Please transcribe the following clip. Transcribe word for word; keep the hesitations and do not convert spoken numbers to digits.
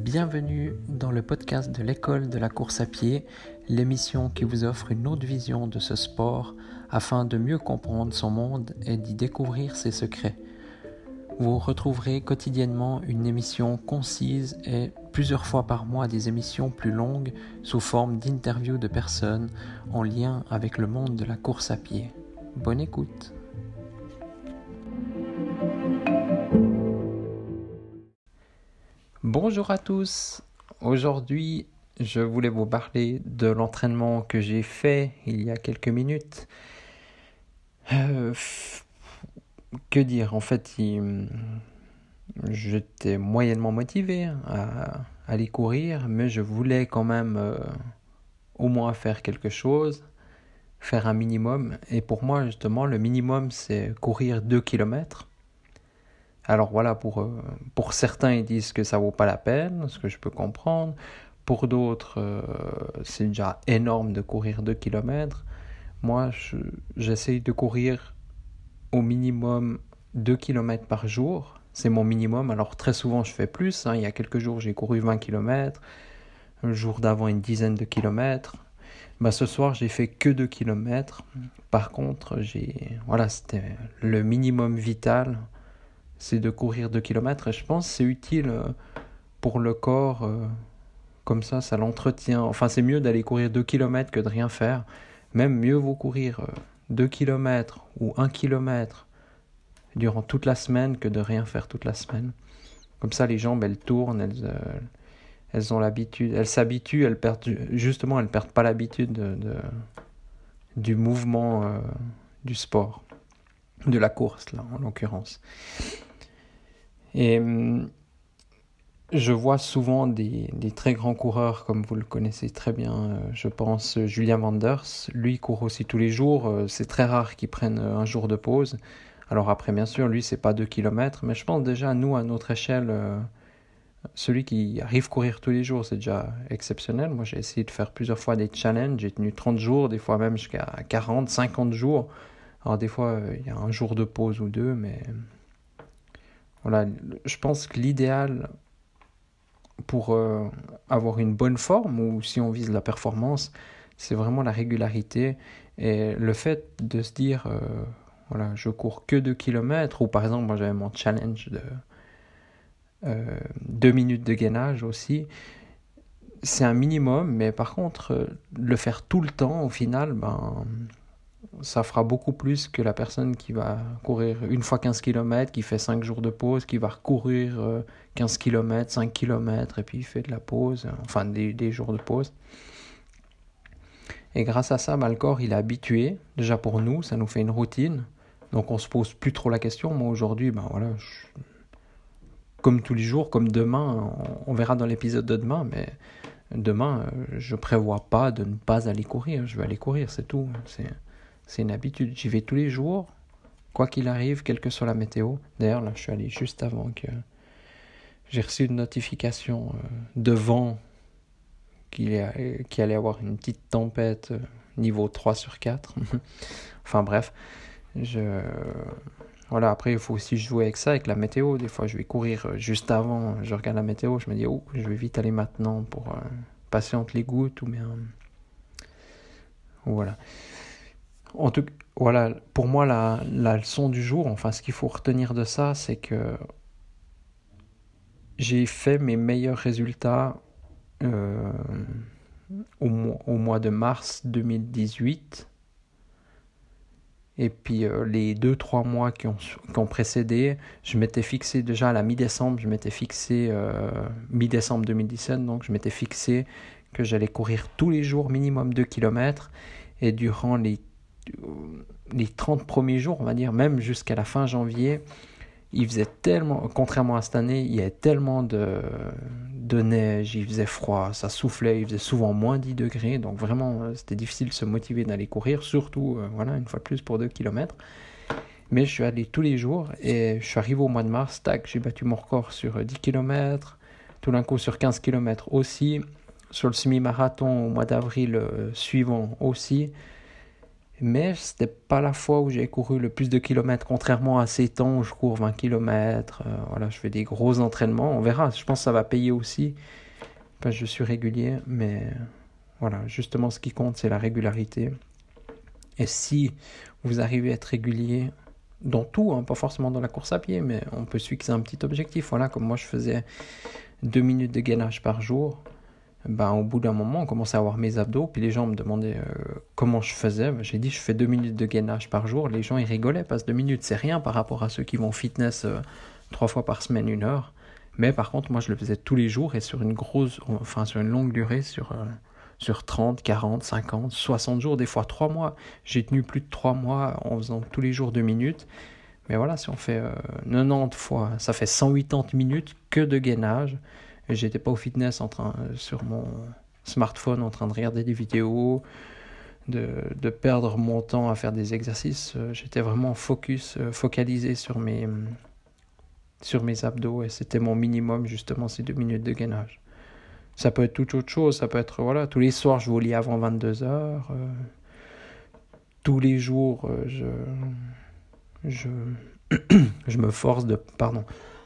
Bienvenue dans le podcast de l'école de la course à pied, l'émission qui vous offre une autre vision de ce sport afin de mieux comprendre son monde et d'y découvrir ses secrets. Vous retrouverez quotidiennement une émission concise et plusieurs fois par mois des émissions plus longues sous forme d'interviews de personnes en lien avec le monde de la course à pied. Bonne écoute! Bonjour à tous, aujourd'hui je voulais vous parler de l'entraînement que j'ai fait il y a quelques minutes. Euh, que dire, en fait il, j'étais moyennement motivé à, à aller courir, mais je voulais quand même euh, au moins faire quelque chose, faire un minimum, et pour moi justement le minimum c'est courir deux kilomètres. Alors voilà, pour, euh, pour certains, ils disent que ça vaut pas la peine, ce que je peux comprendre. Pour d'autres, euh, c'est déjà énorme de courir deux kilomètres. Moi, je, j'essaye de courir au minimum deux kilomètres par jour. C'est mon minimum. Alors très souvent, je fais plus. Hein. Il y a quelques jours, j'ai couru vingt kilomètres. Le jour d'avant, une dizaine de kilomètres. Bah, ce soir, j'ai fait que deux kilomètres. Par contre, j'ai, voilà, c'était le minimum vital. C'est de courir deux kilomètres et je pense que c'est utile pour le corps, euh, comme ça, ça l'entretient. Enfin, c'est mieux d'aller courir deux kilomètres que de rien faire. Même mieux vaut courir euh, deux kilomètres ou un kilomètre durant toute la semaine que de rien faire toute la semaine. Comme ça, les jambes, elles tournent, elles, euh, elles ont l'habitude, elles s'habituent, elles perdent, justement, elles perdent pas l'habitude de, de, du mouvement euh, du sport, de la course, là, en l'occurrence. Et je vois souvent des, des très grands coureurs, comme vous le connaissez très bien, euh, je pense Julien Manders. Lui, il court aussi tous les jours. Euh, c'est très rare qu'il prenne un jour de pause. Alors après, bien sûr, lui, c'est pas deux kilomètres. Mais je pense déjà, nous, à notre échelle, euh, celui qui arrive à courir tous les jours, c'est déjà exceptionnel. Moi, j'ai essayé de faire plusieurs fois des challenges. J'ai tenu trente jours, des fois même jusqu'à quarante, cinquante jours. Alors des fois, il euh, y a un jour de pause ou deux, mais... Voilà, je pense que l'idéal pour euh, avoir une bonne forme, ou si on vise la performance, c'est vraiment la régularité et le fait de se dire, euh, voilà, je cours que deux kilomètres, ou par exemple, moi j'avais mon challenge de euh, deux minutes de gainage aussi. C'est un minimum, mais par contre, le faire tout le temps, au final, ben... ça fera beaucoup plus que la personne qui va courir une fois quinze kilomètres, qui fait cinq jours de pause, qui va recourir quinze kilomètres, cinq kilomètres, et puis il fait de la pause, enfin des, des jours de pause. Et grâce à ça, bah, le corps il est habitué. Déjà pour nous, ça nous fait une routine. Donc on se pose plus trop la question. Moi aujourd'hui, bah, voilà, je... comme tous les jours, comme demain, on, on verra dans l'épisode de demain, mais demain, je prévois pas de ne pas aller courir. Je vais aller courir, c'est tout. C'est... C'est une habitude, j'y vais tous les jours, quoi qu'il arrive, quelle que soit la météo. D'ailleurs, là, je suis allé juste avant que j'ai reçu une notification euh, de vent qu'il y a, qu'il allait avoir une petite tempête euh, niveau trois sur quatre. Enfin bref, je... voilà, après il faut aussi jouer avec ça, avec la météo. Des fois, je vais courir juste avant, je regarde la météo, je me dis, oh, je vais vite aller maintenant pour euh, passer entre les gouttes ou bien... Voilà. En tout, voilà, pour moi, la, la leçon du jour, enfin, ce qu'il faut retenir de ça, c'est que j'ai fait mes meilleurs résultats euh, au, au mois de mars deux mille dix-huit. Et puis, euh, les deux trois mois qui ont, qui ont précédé, je m'étais fixé déjà à la mi-décembre, je m'étais fixé, euh, mi-décembre deux mille dix-sept, donc je m'étais fixé que j'allais courir tous les jours minimum deux kilomètres. Et durant les les trente premiers jours, on va dire, même jusqu'à la fin janvier, il faisait tellement, contrairement à cette année, il y avait tellement de, de neige, il faisait froid, ça soufflait, il faisait souvent moins dix degrés, donc vraiment, c'était difficile de se motiver d'aller courir, surtout, euh, voilà, une fois de plus pour deux kilomètres. Mais je suis allé tous les jours et je suis arrivé au mois de mars, tac, j'ai battu mon record sur dix kilomètres, tout d'un coup sur quinze kilomètres aussi, sur le semi-marathon au mois d'avril euh, suivant aussi. Mais c'était pas la fois où j'ai couru le plus de kilomètres, contrairement à ces temps où je cours vingt kilomètres. Euh, voilà, je fais des gros entraînements. On verra, je pense que ça va payer aussi, parce que je suis régulier. Mais voilà, justement, ce qui compte, c'est la régularité. Et si vous arrivez à être régulier dans tout, hein, pas forcément dans la course à pied, mais on peut se fixer un petit objectif. Voilà, comme moi, je faisais deux minutes de gainage par jour. Ben, au bout d'un moment, on commençait à avoir mes abdos, puis les gens me demandaient euh, comment je faisais. Ben, j'ai dit, je fais deux minutes de gainage par jour. Les gens, ils rigolaient, parce que deux minutes, c'est rien par rapport à ceux qui vont fitness euh, trois fois par semaine, une heure. Mais par contre, moi, je le faisais tous les jours et sur une grosse, enfin, sur une longue durée, sur, euh, sur trente, quarante, cinquante, soixante jours, des fois trois mois. J'ai tenu plus de trois mois en faisant tous les jours deux minutes. Mais voilà, si on fait euh, quatre-vingt-dix fois, ça fait cent quatre-vingts minutes que de gainage. Et j'étais pas au fitness en train, euh, sur mon smartphone en train de regarder des vidéos, de, de perdre mon temps à faire des exercices. Euh, j'étais vraiment focus, euh, focalisé sur mes, sur mes abdos et c'était mon minimum justement ces deux minutes de gainage. Ça peut être toute autre chose, ça peut être, voilà, tous les soirs je vais au lit avant vingt-deux heures, euh, tous les jours euh, je, je, je me force de, pardon,